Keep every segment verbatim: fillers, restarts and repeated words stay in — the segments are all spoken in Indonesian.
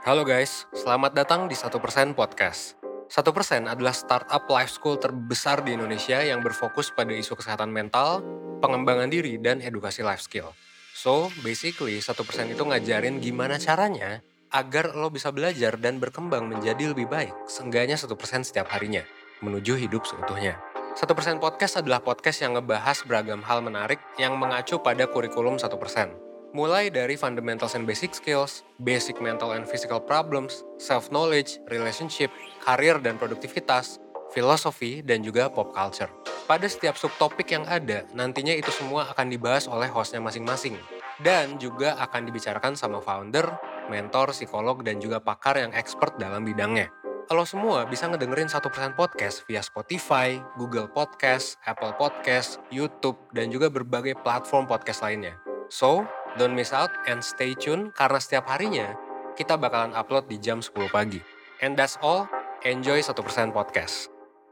Halo guys, selamat datang di satu persen Podcast. Satu persen adalah startup life school terbesar di Indonesia yang berfokus pada isu kesehatan mental, pengembangan diri, dan edukasi life skill. So, basically satu persen itu ngajarin gimana caranya agar lo bisa belajar dan berkembang menjadi lebih baik, seenggaknya satu persen setiap harinya, menuju hidup seutuhnya. Satu persen Podcast adalah podcast yang ngebahas beragam hal menarik yang mengacu pada kurikulum satu persen. Mulai dari fundamentals and basic skills, basic mental and physical problems, self-knowledge, relationship, karir dan produktivitas, filosofi, dan juga pop culture. Pada setiap subtopik yang ada, nantinya itu semua akan dibahas oleh hostnya masing-masing. Dan juga akan dibicarakan sama founder, mentor, psikolog, dan juga pakar yang expert dalam bidangnya. Lo semua bisa ngedengerin satu persen Podcast via Spotify, Google Podcast, Apple Podcast, YouTube, dan juga berbagai platform podcast lainnya. So, don't miss out and stay tune karena setiap harinya kita bakalan upload di jam sepuluh pagi. And that's all, enjoy satu persen Podcast.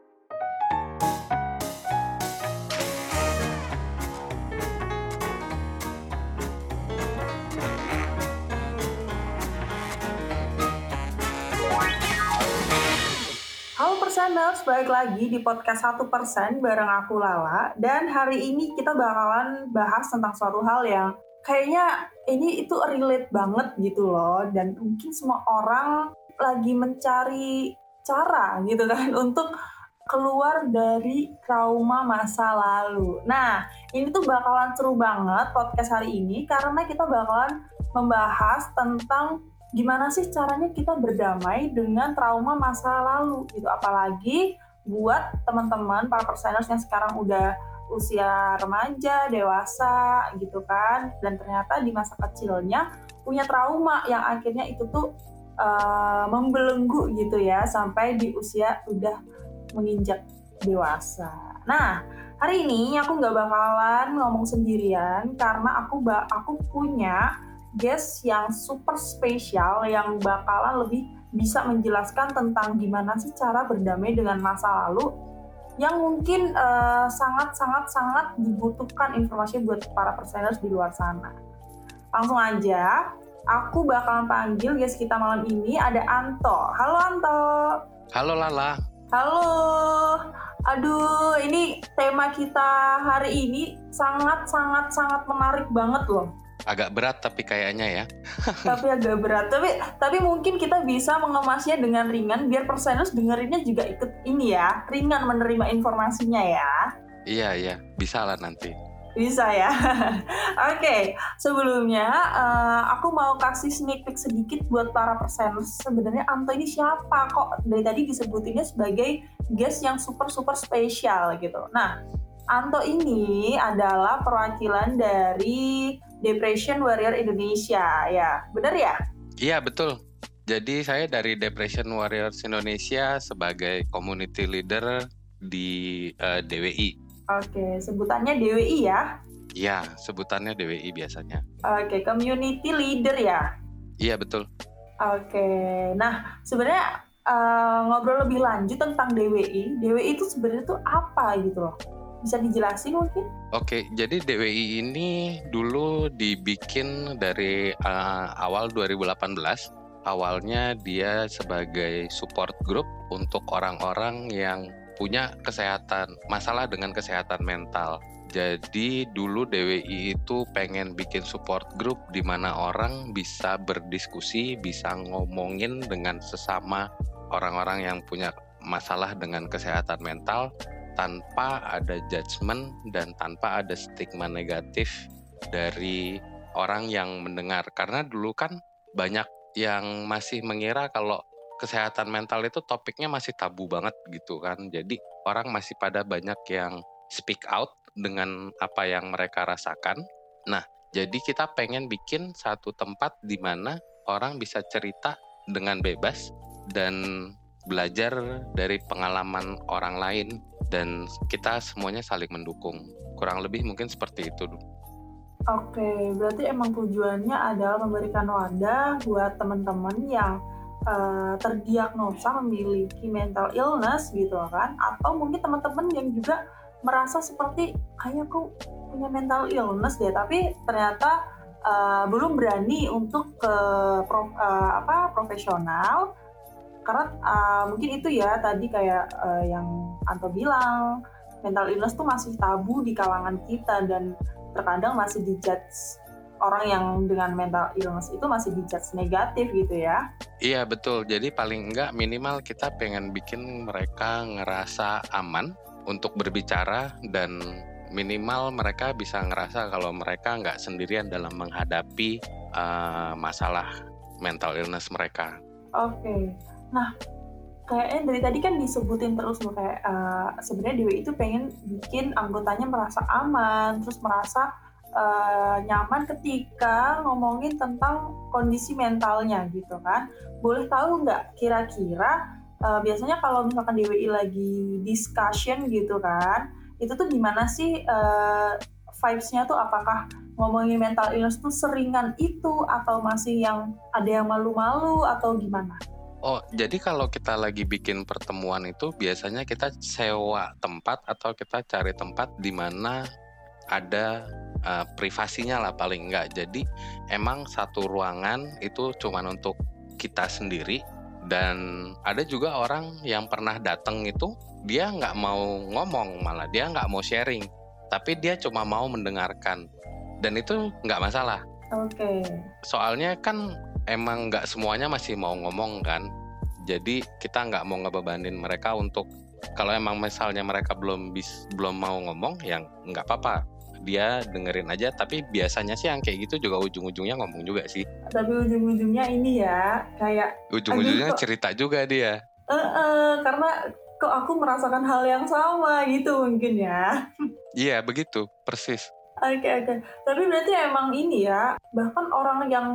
Halo Perseners, balik lagi di podcast satu persen bareng aku Lala. Dan hari ini kita bakalan bahas tentang suatu hal yang kayaknya ini itu relate banget gitu loh. Dan mungkin semua orang lagi mencari cara gitu kan untuk keluar dari trauma masa lalu. Nah, ini tuh bakalan seru banget podcast hari ini karena kita bakalan membahas tentang gimana sih caranya kita berdamai dengan trauma masa lalu gitu. Apalagi buat teman-teman para perseners yang sekarang udah usia remaja, dewasa gitu kan, dan ternyata di masa kecilnya punya trauma yang akhirnya itu tuh uh, membelenggu gitu ya sampai di usia udah menginjak dewasa. Nah, hari ini aku nggak bakalan ngomong sendirian karena aku ba- aku punya guest yang super spesial yang bakalan lebih bisa menjelaskan tentang gimana sih cara berdamai dengan masa lalu yang mungkin uh, sangat-sangat-sangat dibutuhkan informasi buat para perseners di luar sana. Langsung aja, aku bakalan panggil guest kita malam ini ada Anto. Halo Anto. Halo Lala. Halo. Aduh, ini tema kita hari ini sangat-sangat-sangat menarik banget loh. Agak berat tapi kayaknya ya. Tapi agak berat. Tapi tapi mungkin kita bisa mengemasnya dengan ringan biar perseners dengerinnya juga ikut ini ya, ringan menerima informasinya ya. Iya iya, bisa lah nanti. Bisa ya. Oke, okay. Sebelumnya uh, aku mau kasih sneak peek sedikit buat para perseners. Sebenarnya Anto ini siapa? Kok dari tadi disebutinnya sebagai guest yang super super spesial gitu. Nah, Anto ini adalah perwakilan dari Depression Warrior Indonesia, ya, benar ya? Iya betul. Jadi saya dari Depression Warriors Indonesia sebagai community leader di uh, D W I. Oke, sebutannya D W I ya? Iya, sebutannya D W I biasanya. Oke, community leader ya? Iya betul. Oke, nah sebenarnya uh, ngobrol lebih lanjut tentang D W I. D W I itu sebenarnya tuh apa gitu loh? Bisa dijelasin mungkin? Oke, jadi D W I ini dulu dibikin dari uh, awal dua ribu delapan belas. Awalnya dia sebagai support group untuk orang-orang yang punya kesehatan, masalah dengan kesehatan mental. Jadi dulu D W I itu pengen bikin support group di mana orang bisa berdiskusi, bisa ngomongin dengan sesama orang-orang yang punya masalah dengan kesehatan mental, tanpa ada judgement dan tanpa ada stigma negatif dari orang yang mendengar. Karena dulu kan banyak yang masih mengira kalau kesehatan mental itu topiknya masih tabu banget gitu kan. Jadi orang masih pada banyak yang speak out dengan apa yang mereka rasakan. Nah, jadi kita pengen bikin satu tempat di mana orang bisa cerita dengan bebas dan belajar dari pengalaman orang lain. Dan kita semuanya saling mendukung. Kurang lebih mungkin seperti itu. Oke, berarti emang tujuannya adalah memberikan wadah buat teman-teman yang uh, terdiagnosa memiliki mental illness gitu kan, atau mungkin teman-teman yang juga merasa seperti kayaknya aku punya mental illness deh, tapi ternyata uh, belum berani untuk ke prof, uh, apa profesional. Karena uh, mungkin itu ya tadi kayak uh, yang Anto bilang, mental illness tuh masih tabu di kalangan kita dan terkadang masih dijudge, orang yang dengan mental illness itu masih dijudge negatif gitu ya. Iya betul, jadi paling enggak minimal kita pengen bikin mereka ngerasa aman untuk berbicara dan minimal mereka bisa ngerasa kalau mereka nggak sendirian dalam menghadapi uh, masalah mental illness mereka. Oke. Okay. Nah, kayaknya dari tadi kan disebutin terus loh kayak uh, sebenarnya D W I itu pengen bikin anggotanya merasa aman, terus merasa uh, nyaman ketika ngomongin tentang kondisi mentalnya gitu kan. Boleh tahu nggak kira-kira uh, biasanya kalau misalkan D W I lagi discussion gitu kan, itu tuh gimana sih uh, vibes-nya tuh, apakah ngomongin mental illness tuh seringan itu atau masih yang ada yang malu-malu atau gimana? Oh, jadi kalau kita lagi bikin pertemuan itu biasanya kita sewa tempat atau kita cari tempat di mana ada uh, privasinya lah paling enggak. Jadi emang satu ruangan itu cuma untuk kita sendiri dan ada juga orang yang pernah datang itu dia nggak mau ngomong, malah dia nggak mau sharing, tapi dia cuma mau mendengarkan dan itu nggak masalah. Oke. Okay. Soalnya kan emang nggak semuanya masih mau ngomong kan, jadi kita nggak mau ngebebanin mereka untuk kalau emang misalnya mereka belum bis belum mau ngomong, yang nggak apa-apa, dia dengerin aja. Tapi biasanya sih yang kayak gitu juga ujung-ujungnya ngomong juga sih. Tapi ujung-ujungnya ini ya kayak ujung-ujungnya aduh, cerita juga dia. Eh, uh, karena kok aku merasakan hal yang sama gitu mungkin ya. Iya begitu persis. Oke okay, oke. Okay. Tapi berarti emang ini ya, bahkan orang yang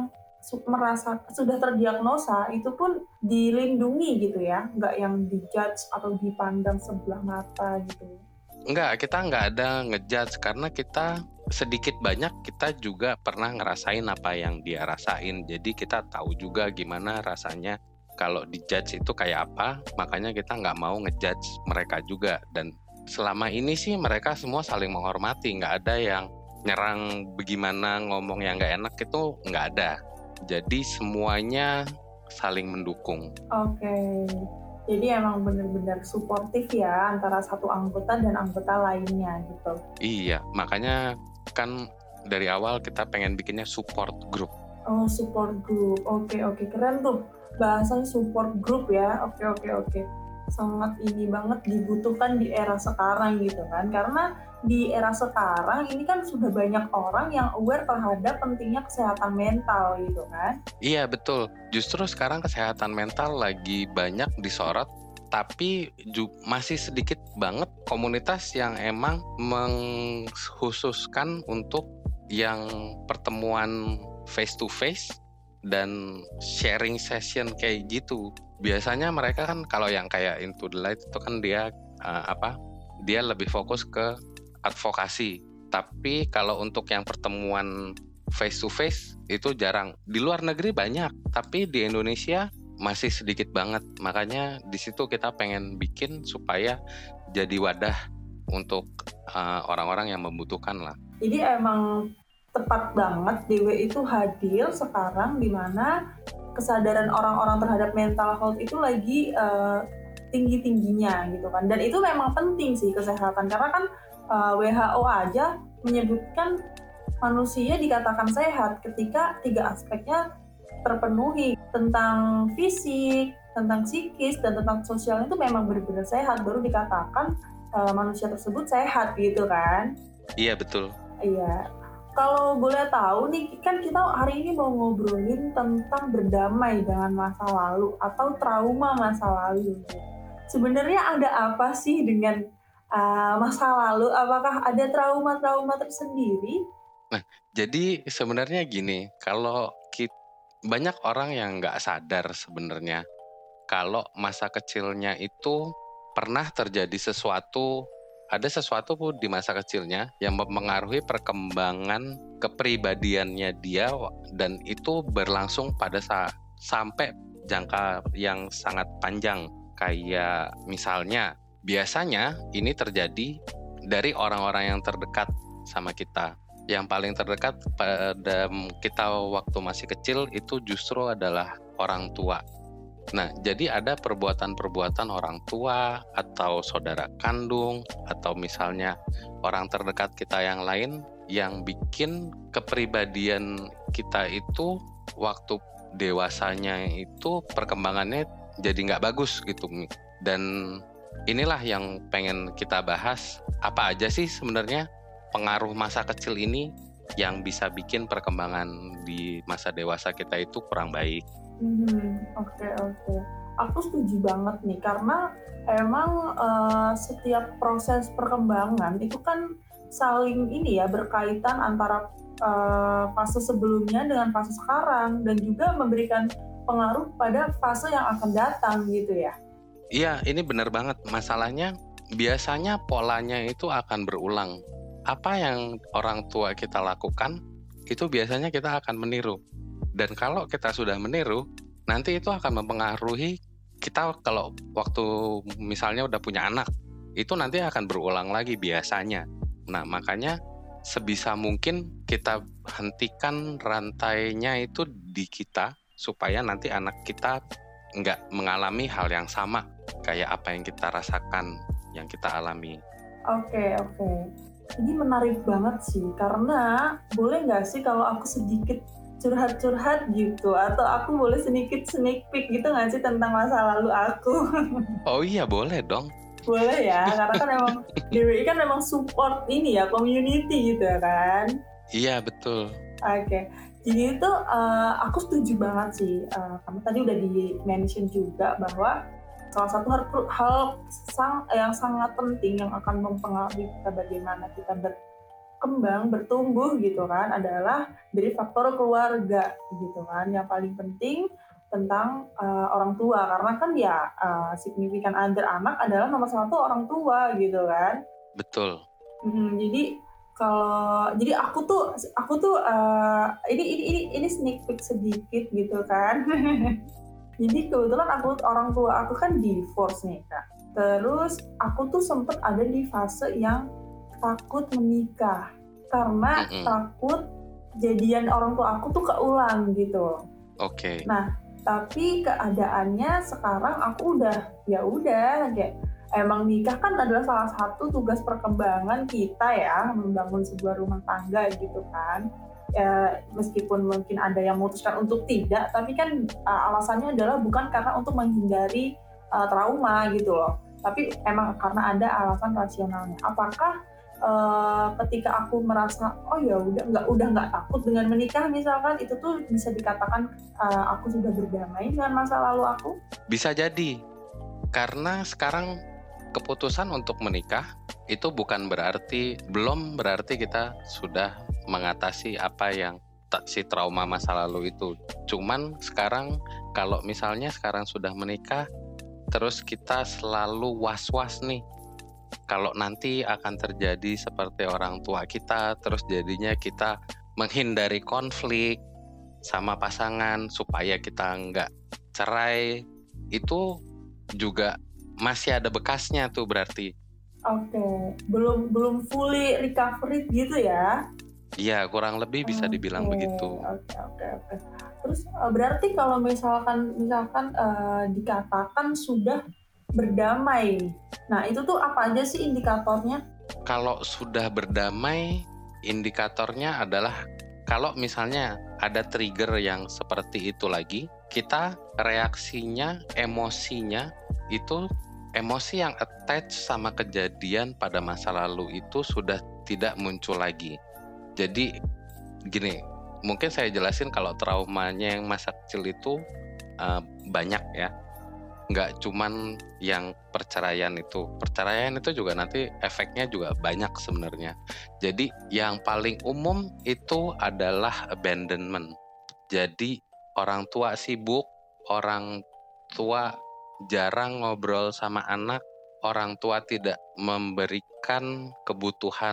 merasa sudah terdiagnosa itu pun dilindungi gitu ya, nggak yang dijudge atau dipandang sebelah mata gitu. Enggak, kita nggak ada ngejudge karena kita sedikit banyak kita juga pernah ngerasain apa yang dia rasain, jadi kita tahu juga gimana rasanya kalau dijudge itu kayak apa, makanya kita nggak mau ngejudge mereka juga. Dan selama ini sih mereka semua saling menghormati, nggak ada yang nyerang bagaimana ngomong yang nggak enak, itu nggak ada. Jadi semuanya saling mendukung. Oke, okay. Jadi emang benar-benar suportif ya antara satu anggota dan anggota lainnya gitu. Iya, makanya kan dari awal kita pengen bikinnya support group. Oh, support group. Oke, okay, oke, okay. Keren tuh bahasanya support group ya. Oke, okay, oke, okay, oke. Okay. Sangat ini banget dibutuhkan di era sekarang gitu kan. Karena di era sekarang ini kan sudah banyak orang yang aware terhadap pentingnya kesehatan mental gitu kan. Iya betul, justru sekarang kesehatan mental lagi banyak disorot, tapi ju- masih sedikit banget komunitas yang emang mengkhususkan untuk yang pertemuan face to face dan sharing session kayak gitu. Biasanya mereka kan kalau yang kayak Into the Light itu kan dia uh, apa? Dia lebih fokus ke advokasi. Tapi kalau untuk yang pertemuan face to face itu jarang. Di luar negeri banyak, tapi di Indonesia masih sedikit banget. Makanya di situ kita pengen bikin supaya jadi wadah untuk uh, orang-orang yang membutuhkan lah. Jadi emang tepat banget D W itu hadir sekarang di mana kesadaran orang-orang terhadap mental health itu lagi uh, tinggi-tingginya gitu kan. Dan itu memang penting sih kesehatan, karena kan uh, W H O aja menyebutkan manusia dikatakan sehat ketika tiga aspeknya terpenuhi, tentang fisik, tentang psikis, dan tentang sosial itu memang benar-benar sehat, baru dikatakan uh, manusia tersebut sehat gitu kan. Iya betul. Iya. Kalau boleh tahu nih, kan kita hari ini mau ngobrolin tentang berdamai dengan masa lalu atau trauma masa lalu. Sebenarnya ada apa sih dengan uh, masa lalu? Apakah ada trauma-trauma tersendiri? Nah, jadi sebenarnya gini, kalau kita, banyak orang yang nggak sadar sebenarnya kalau masa kecilnya itu pernah terjadi sesuatu. Ada sesuatu di masa kecilnya yang mempengaruhi perkembangan kepribadiannya dia, dan itu berlangsung pada saat sampai jangka yang sangat panjang. Kayak misalnya, biasanya ini terjadi dari orang-orang yang terdekat sama kita. Yang paling terdekat pada kita waktu masih kecil itu justru adalah orang tua. Nah, jadi ada perbuatan-perbuatan orang tua atau saudara kandung atau misalnya orang terdekat kita yang lain yang bikin kepribadian kita itu waktu dewasanya itu perkembangannya jadi nggak bagus gitu. Dan inilah yang pengen kita bahas, apa aja sih sebenarnya pengaruh masa kecil ini yang bisa bikin perkembangan di masa dewasa kita itu kurang baik. Hmm, oke oke. Aku setuju banget nih karena emang uh, setiap proses perkembangan itu kan saling ini ya berkaitan antara uh, fase sebelumnya dengan fase sekarang dan juga memberikan pengaruh pada fase yang akan datang gitu ya. Iya, ini benar banget. Masalahnya biasanya polanya itu akan berulang. Apa yang orang tua kita lakukan, itu biasanya kita akan meniru. Dan kalau kita sudah meniru, nanti itu akan mempengaruhi kita kalau waktu misalnya udah punya anak, itu nanti akan berulang lagi biasanya. Nah, makanya sebisa mungkin kita hentikan rantainya itu di kita, supaya nanti anak kita nggak mengalami hal yang sama kayak apa yang kita rasakan, yang kita alami. Oke, oke. Ini menarik banget sih, karena boleh nggak sih kalau aku sedikit curhat-curhat gitu, atau aku boleh sedikit sneak peek gitu nggak sih tentang masa lalu aku? Oh iya, boleh dong. Boleh ya, karena kan emang D W I kan memang support ini ya, community gitu kan? Iya, betul. Oke, jadi itu uh, aku setuju banget sih, uh, kamu tadi udah di-mention juga bahwa salah satu hal, hal sang, yang sangat penting yang akan mempengaruhi kita bagaimana kita berkembang, bertumbuh gitu kan adalah dari faktor keluarga gitu kan. Yang paling penting tentang uh, orang tua, karena kan ya uh, signifikan other anak adalah nomor satu orang tua gitu kan. Betul. Hmm, jadi kalau jadi aku tuh aku tuh uh, ini ini ini ini sneak peek sedikit gitu kan. Jadi kebetulan aku orang tua aku kan divorce nih Kak. Terus aku tuh sempet ada di fase yang takut menikah karena Mm-mm. takut jadian orang tua aku tuh keulang gitu. Oke. Okay. Nah, tapi keadaannya sekarang aku udah ya udah kayak emang nikah kan adalah salah satu tugas perkembangan kita ya, membangun sebuah rumah tangga gitu kan. Ya, meskipun mungkin ada yang memutuskan untuk tidak, tapi kan uh, alasannya adalah bukan karena untuk menghindari uh, trauma gitu loh, tapi emang karena ada alasan rasionalnya. Apakah uh, ketika aku merasa oh ya udah nggak udah nggak takut dengan menikah misalkan, itu tuh bisa dikatakan uh, aku sudah berdamai dengan masa lalu aku? Bisa jadi, karena sekarang keputusan untuk menikah itu bukan berarti belum berarti kita sudah mengatasi apa yang si trauma masa lalu itu. Cuman sekarang kalau misalnya sekarang sudah menikah, terus kita selalu was-was nih kalau nanti akan terjadi seperti orang tua kita, terus jadinya kita menghindari konflik sama pasangan supaya kita nggak cerai, itu juga masih ada bekasnya tuh berarti. Oke, okay. belum belum fully recovery gitu ya? Iya, kurang lebih bisa dibilang okay. begitu. Oke, oke, oke. Terus berarti kalau misalkan misalkan uh, dikatakan sudah berdamai, nah itu tuh apa aja sih indikatornya? Kalau sudah berdamai, indikatornya adalah kalau misalnya ada trigger yang seperti itu lagi, kita reaksinya, emosinya itu emosi yang attach sama kejadian pada masa lalu itu sudah tidak muncul lagi. Jadi gini, mungkin saya jelasin kalau traumanya yang masa kecil itu uh, banyak ya. Nggak cuman yang perceraian itu. Perceraian itu juga nanti efeknya juga banyak sebenarnya. Jadi yang paling umum itu adalah abandonment. Jadi orang tua sibuk, orang tua jarang ngobrol sama anak, orang tua tidak memberikan kebutuhan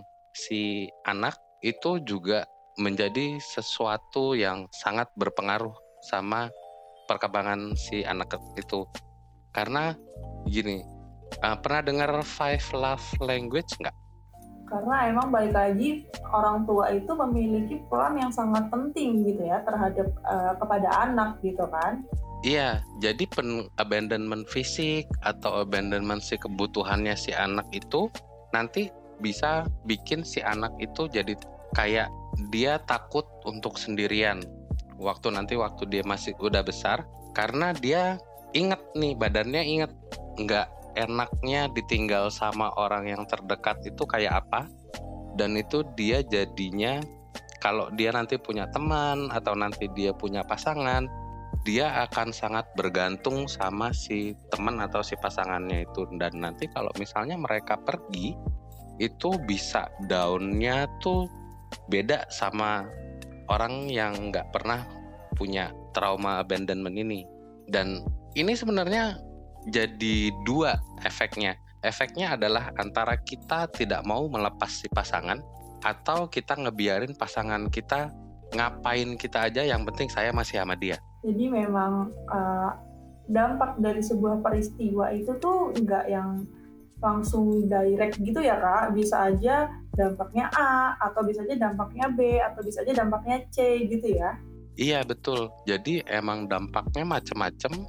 si anak, itu juga menjadi sesuatu yang sangat berpengaruh sama perkembangan si anak itu. Karena gini, uh, pernah dengar five love language nggak? Karena emang balik lagi orang tua itu memiliki peran yang sangat penting gitu ya terhadap uh, kepada anak gitu kan. Iya, jadi pen abandonment fisik atau abandonment si kebutuhannya si anak itu nanti bisa bikin si anak itu jadi kayak dia takut untuk sendirian. Waktu nanti waktu dia masih udah besar, karena dia inget nih, badannya inget nggak enaknya ditinggal sama orang yang terdekat itu kayak apa. Dan itu dia jadinya kalau dia nanti punya teman atau nanti dia punya pasangan, dia akan sangat bergantung sama si teman atau si pasangannya itu. Dan nanti kalau misalnya mereka pergi, itu bisa down-nya tuh beda sama orang yang nggak pernah punya trauma abandonment ini. Dan ini sebenarnya jadi dua efeknya. Efeknya adalah antara kita tidak mau melepas si pasangan, atau kita ngebiarin pasangan kita ngapain kita aja, yang penting saya masih sama dia. Jadi memang uh, dampak dari sebuah peristiwa itu tuh nggak yang langsung direct gitu ya Kak. Bisa aja dampaknya A, atau bisa aja dampaknya B, atau bisa aja dampaknya C gitu ya. Iya betul, jadi emang dampaknya macam-macam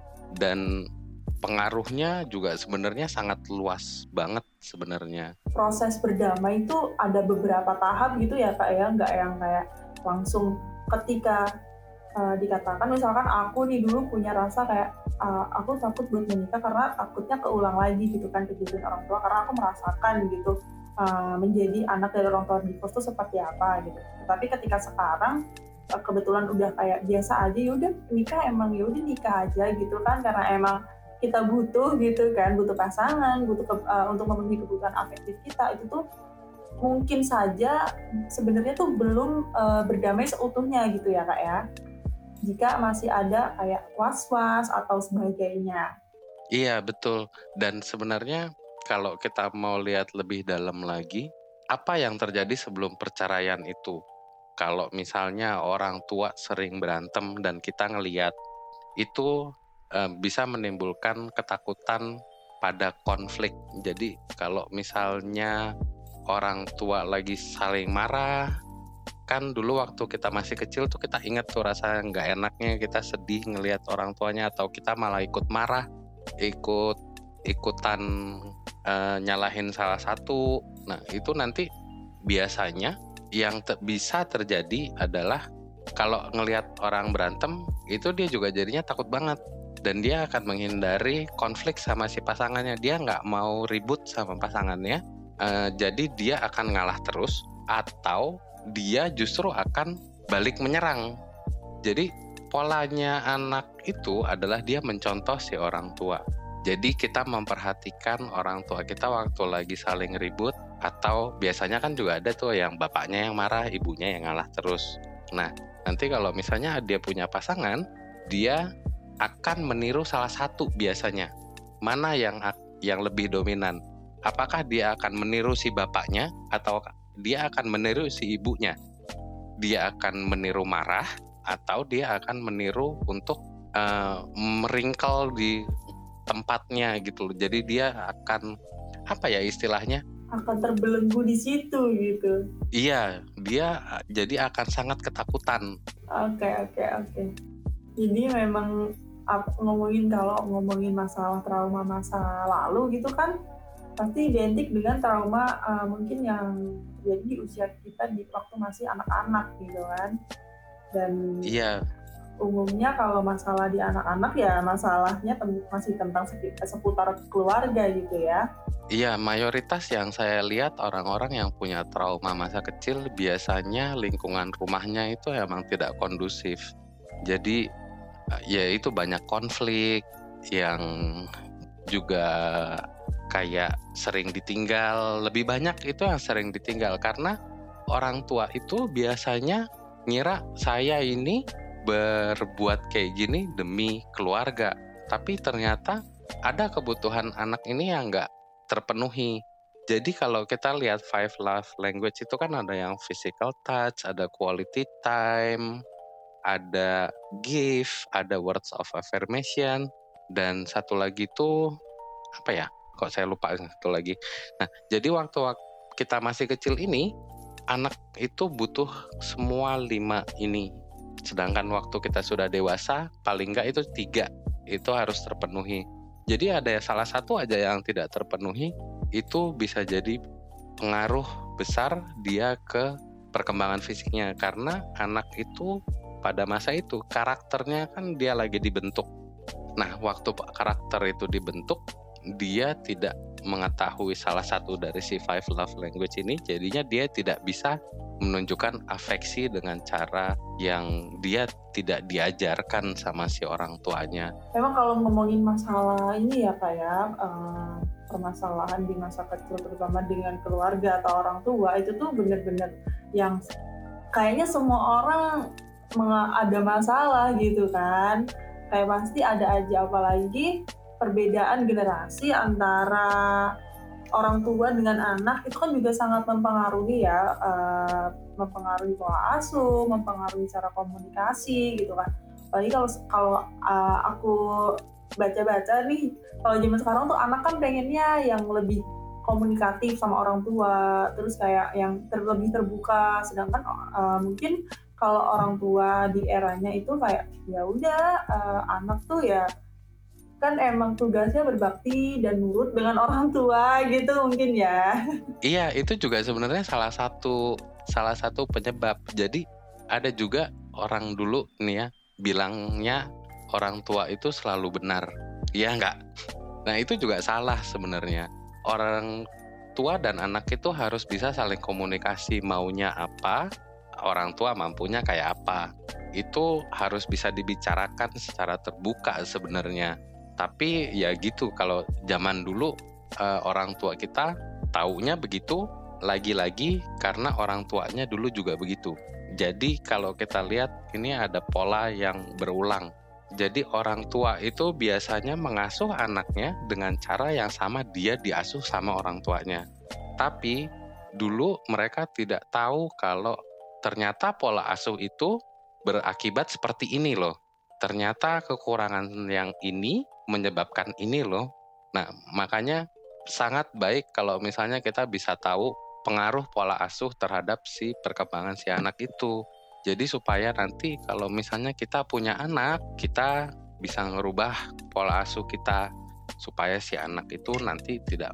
dan pengaruhnya juga sebenarnya sangat luas banget sebenarnya. Proses berdamai itu ada beberapa tahap gitu ya Kak ya, nggak yang kayak langsung ketika uh, dikatakan misalkan aku nih dulu punya rasa kayak uh, aku takut buat menikah karena takutnya keulang lagi gitu kan kejadian orang tua, karena aku merasakan gitu uh, menjadi anak dari orang tua divorce itu seperti apa gitu. Tapi ketika sekarang uh, kebetulan udah kayak biasa aja, yaudah nikah emang yaudah nikah aja gitu kan, karena emang kita butuh gitu kan, butuh pasangan, butuh ke, uh, untuk memenuhi kebutuhan afektif kita, itu tuh mungkin saja sebenarnya tuh belum uh, berdamai seutuhnya gitu ya Kak ya, jika masih ada kayak was-was atau sebagainya. Iya betul, dan sebenarnya kalau kita mau lihat lebih dalam lagi, apa yang terjadi sebelum perceraian itu? Kalau misalnya orang tua sering berantem dan kita ngelihat itu eh, bisa menimbulkan ketakutan pada konflik. Jadi kalau misalnya orang tua lagi saling marah, kan dulu waktu kita masih kecil tuh kita ingat tuh rasa nggak enaknya, kita sedih ngelihat orang tuanya, atau kita malah ikut marah, ikut ikutan eh, nyalahin salah satu. Nah itu nanti biasanya yang te- bisa terjadi adalah kalau ngelihat orang berantem itu dia juga jadinya takut banget, dan dia akan menghindari konflik sama si pasangannya. Dia nggak mau ribut sama pasangannya, uh, jadi dia akan ngalah terus, atau dia justru akan balik menyerang. Jadi polanya anak itu adalah dia mencontoh si orang tua. Jadi kita memperhatikan orang tua kita waktu lagi saling ribut, atau biasanya kan juga ada tuh yang bapaknya yang marah, ibunya yang ngalah terus. Nah nanti kalau misalnya dia punya pasangan, dia akan meniru salah satu biasanya. Mana yang yang lebih dominan? Apakah dia akan meniru si bapaknya atau dia akan meniru si ibunya? Dia akan meniru marah atau dia akan meniru untuk uh, meringkel di tempatnya gitu. Jadi dia akan apa ya istilahnya? Akan terbelenggu di situ gitu. Iya, dia jadi akan sangat ketakutan. Oke oke oke. Jadi memang ngomongin kalau ngomongin masalah trauma masa lalu gitu kan, pasti identik dengan trauma uh, mungkin yang terjadi di usia kita di waktu masih anak-anak gitu kan. Dan iya. Umumnya kalau masalah di anak-anak ya masalahnya tem- masih tentang seputar keluarga gitu ya. Iya, mayoritas yang saya lihat orang-orang yang punya trauma masa kecil biasanya lingkungan rumahnya itu emang tidak kondusif. Jadi ya itu banyak konflik, yang juga kayak sering ditinggal. Lebih banyak itu yang sering ditinggal karena orang tua itu biasanya ngira saya ini berbuat kayak gini demi keluarga, tapi ternyata ada kebutuhan anak ini yang nggak terpenuhi. Jadi kalau kita lihat five love language itu kan ada yang physical touch, ada quality time, ada gift, ada words of affirmation, dan satu lagi tuh apa ya? Kok saya lupa satu lagi. Nah, jadi waktu kita masih kecil ini, anak itu butuh semua lima ini. Sedangkan waktu kita sudah dewasa, paling enggak itu tiga, itu harus terpenuhi. Jadi ada salah satu aja yang tidak terpenuhi, itu bisa jadi pengaruh besar dia ke perkembangan fisiknya. Karena anak itu pada masa itu karakternya kan dia lagi dibentuk. Nah, waktu karakter itu dibentuk, dia tidak mengetahui salah satu dari si five love language ini, jadinya dia tidak bisa menunjukkan afeksi dengan cara yang dia tidak diajarkan sama si orang tuanya. Memang kalau ngomongin masalah ini ya Kak ya, eh, permasalahan di masa kecil terutama dengan keluarga atau orang tua, itu tuh bener-bener yang kayaknya semua orang meng- ada masalah gitu kan. Kayak pasti ada aja, apalagi perbedaan generasi antara orang tua dengan anak itu kan juga sangat mempengaruhi ya, uh, mempengaruhi pola asuh, mempengaruhi cara komunikasi gitu kan. Apalagi kalau kalau uh, aku baca-baca nih, kalau zaman sekarang tuh anak kan pengennya yang lebih komunikatif sama orang tua, terus kayak yang terlebih terbuka, sedangkan uh, mungkin kalau orang tua di eranya itu kayak ya udah uh, anak tuh ya kan emang tugasnya berbakti dan nurut dengan orang tua gitu mungkin ya. Iya, itu juga sebenarnya salah satu salah satu penyebab. Jadi ada juga orang dulu nih ya bilangnya orang tua itu selalu benar. Iya enggak? Nah, itu juga salah sebenarnya. Orang tua dan anak itu harus bisa saling komunikasi, maunya apa, orang tua mampunya kayak apa. Itu harus bisa dibicarakan secara terbuka sebenarnya. Tapi ya gitu, kalau zaman dulu eh, orang tua kita taunya begitu, lagi-lagi karena orang tuanya dulu juga begitu. Jadi kalau kita lihat ini ada pola yang berulang. Jadi orang tua itu biasanya mengasuh anaknya dengan cara yang sama dia diasuh sama orang tuanya. Tapi dulu mereka tidak tahu kalau ternyata pola asuh itu berakibat seperti ini loh. Ternyata kekurangan yang ini menyebabkan ini loh. Nah, makanya sangat baik kalau misalnya kita bisa tahu pengaruh pola asuh terhadap si perkembangan si anak itu. Jadi supaya nanti kalau misalnya kita punya anak, kita bisa ngerubah pola asuh kita supaya si anak itu nanti tidak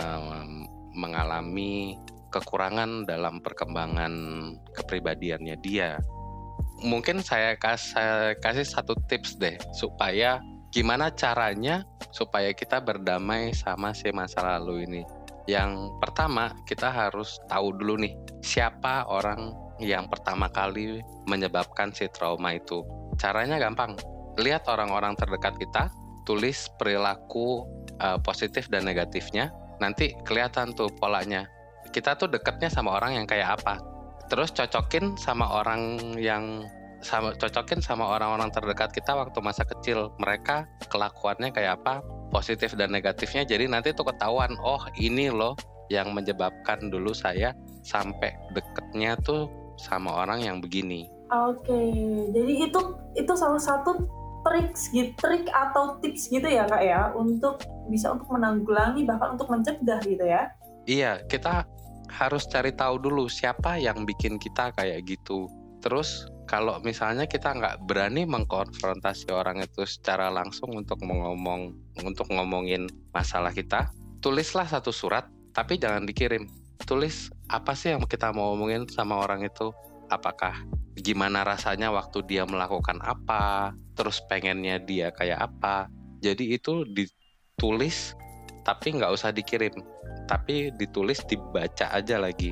um, mengalami kekurangan dalam perkembangan kepribadiannya dia. Mungkin saya kasih, kasih satu tips deh supaya gimana caranya supaya kita berdamai sama si masa lalu ini. Yang pertama, kita harus tahu dulu nih siapa orang yang pertama kali menyebabkan si trauma itu. Caranya gampang. Lihat orang-orang terdekat kita, tulis perilaku uh, positif dan negatifnya. Nanti kelihatan tuh polanya. Kita tuh dekatnya sama orang yang kayak apa. Terus cocokin sama orang yang sama cocokin sama orang-orang terdekat kita waktu masa kecil. Mereka kelakuannya kayak apa, positif dan negatifnya. Jadi nanti tuh ketahuan, oh ini loh yang menyebabkan dulu saya sampai deketnya tuh sama orang yang begini. Oke, jadi itu itu salah satu trik gitu, trik atau tips gitu ya Kak ya, untuk bisa untuk menanggulangi bahkan untuk mencegah gitu ya. Iya, kita harus cari tahu dulu siapa yang bikin kita kayak gitu. Terus kalau misalnya kita nggak berani mengkonfrontasi orang itu secara langsung untuk ngomong untuk ngomongin masalah kita, tulislah satu surat, tapi jangan dikirim. Tulis apa sih yang kita mau ngomongin sama orang itu, apakah gimana rasanya waktu dia melakukan apa, terus pengennya dia kayak apa. Jadi itu ditulis tapi nggak usah dikirim, tapi ditulis dibaca aja lagi.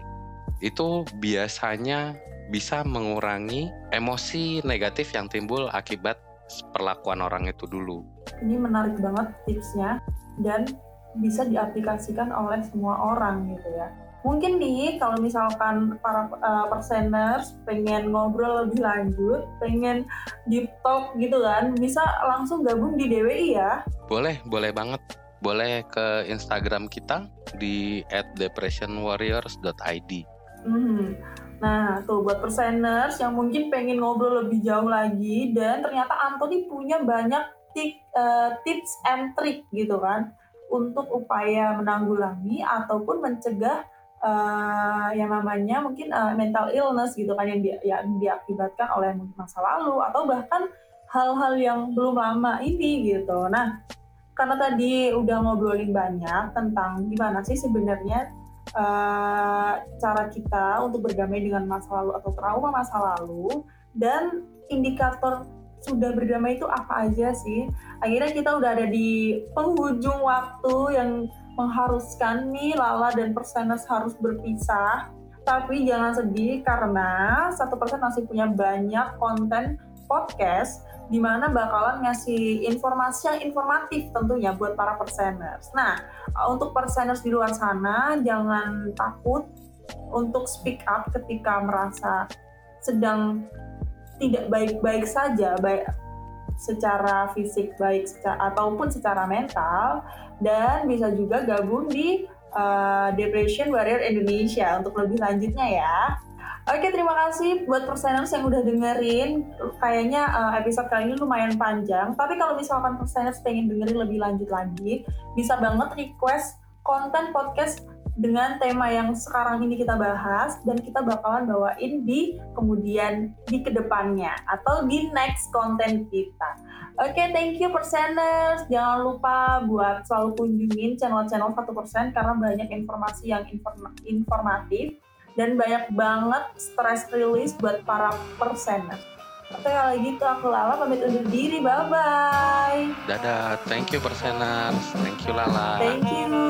Itu biasanya bisa mengurangi emosi negatif yang timbul akibat perlakuan orang itu dulu. Ini menarik banget tipsnya dan bisa diaplikasikan oleh semua orang gitu ya. Mungkin nih kalau misalkan para uh, perseners pengen ngobrol lebih lanjut, pengen deep talk gitu kan, bisa langsung gabung di D W I ya. Boleh, boleh banget. Boleh ke Instagram kita di at depression warriors dot i d. Hmm. Nah, tuh buat perseners yang mungkin pengen ngobrol lebih jauh lagi dan ternyata Anthony punya banyak tip, uh, tips and trick gitu kan untuk upaya menanggulangi ataupun mencegah uh, yang namanya mungkin uh, mental illness gitu kan, yang, di, yang diakibatkan oleh masa lalu atau bahkan hal-hal yang belum lama ini gitu. Nah, karena tadi udah ngobrolin banyak tentang gimana sih sebenarnya uh, cara kita untuk berdamai dengan masa lalu atau trauma masa lalu, dan indikator sudah berdamai itu apa aja sih. Akhirnya kita udah ada di penghujung waktu yang mengharuskan nih Lala dan Persenes harus berpisah. Tapi jangan sedih karena satu persen masih punya banyak konten podcast di mana bakalan ngasih informasi yang informatif tentunya buat para Perseners. Nah, untuk Perseners di luar sana jangan takut untuk speak up ketika merasa sedang tidak baik-baik saja, baik secara fisik baik secara, ataupun secara mental, dan bisa juga gabung di uh, Depression Warrior Indonesia untuk lebih lanjutnya ya. Oke, terima kasih buat Perseners yang udah dengerin. Kayaknya uh, episode kali ini lumayan panjang, tapi kalau misalkan Perseners pengen dengerin lebih lanjut lagi, bisa banget request konten podcast dengan tema yang sekarang ini kita bahas, dan kita bakalan bawain di kemudian di kedepannya atau di next konten kita. Oke, okay, thank you Perseners. Jangan lupa buat selalu kunjungin channel-channel satu persen karena banyak informasi yang inform- informatif dan banyak banget stress release buat para Perseners. Oke, kalau gitu aku Lala pamit undur diri. Bye-bye. Dadah, thank you Perseners. Thank you Lala. Thank you.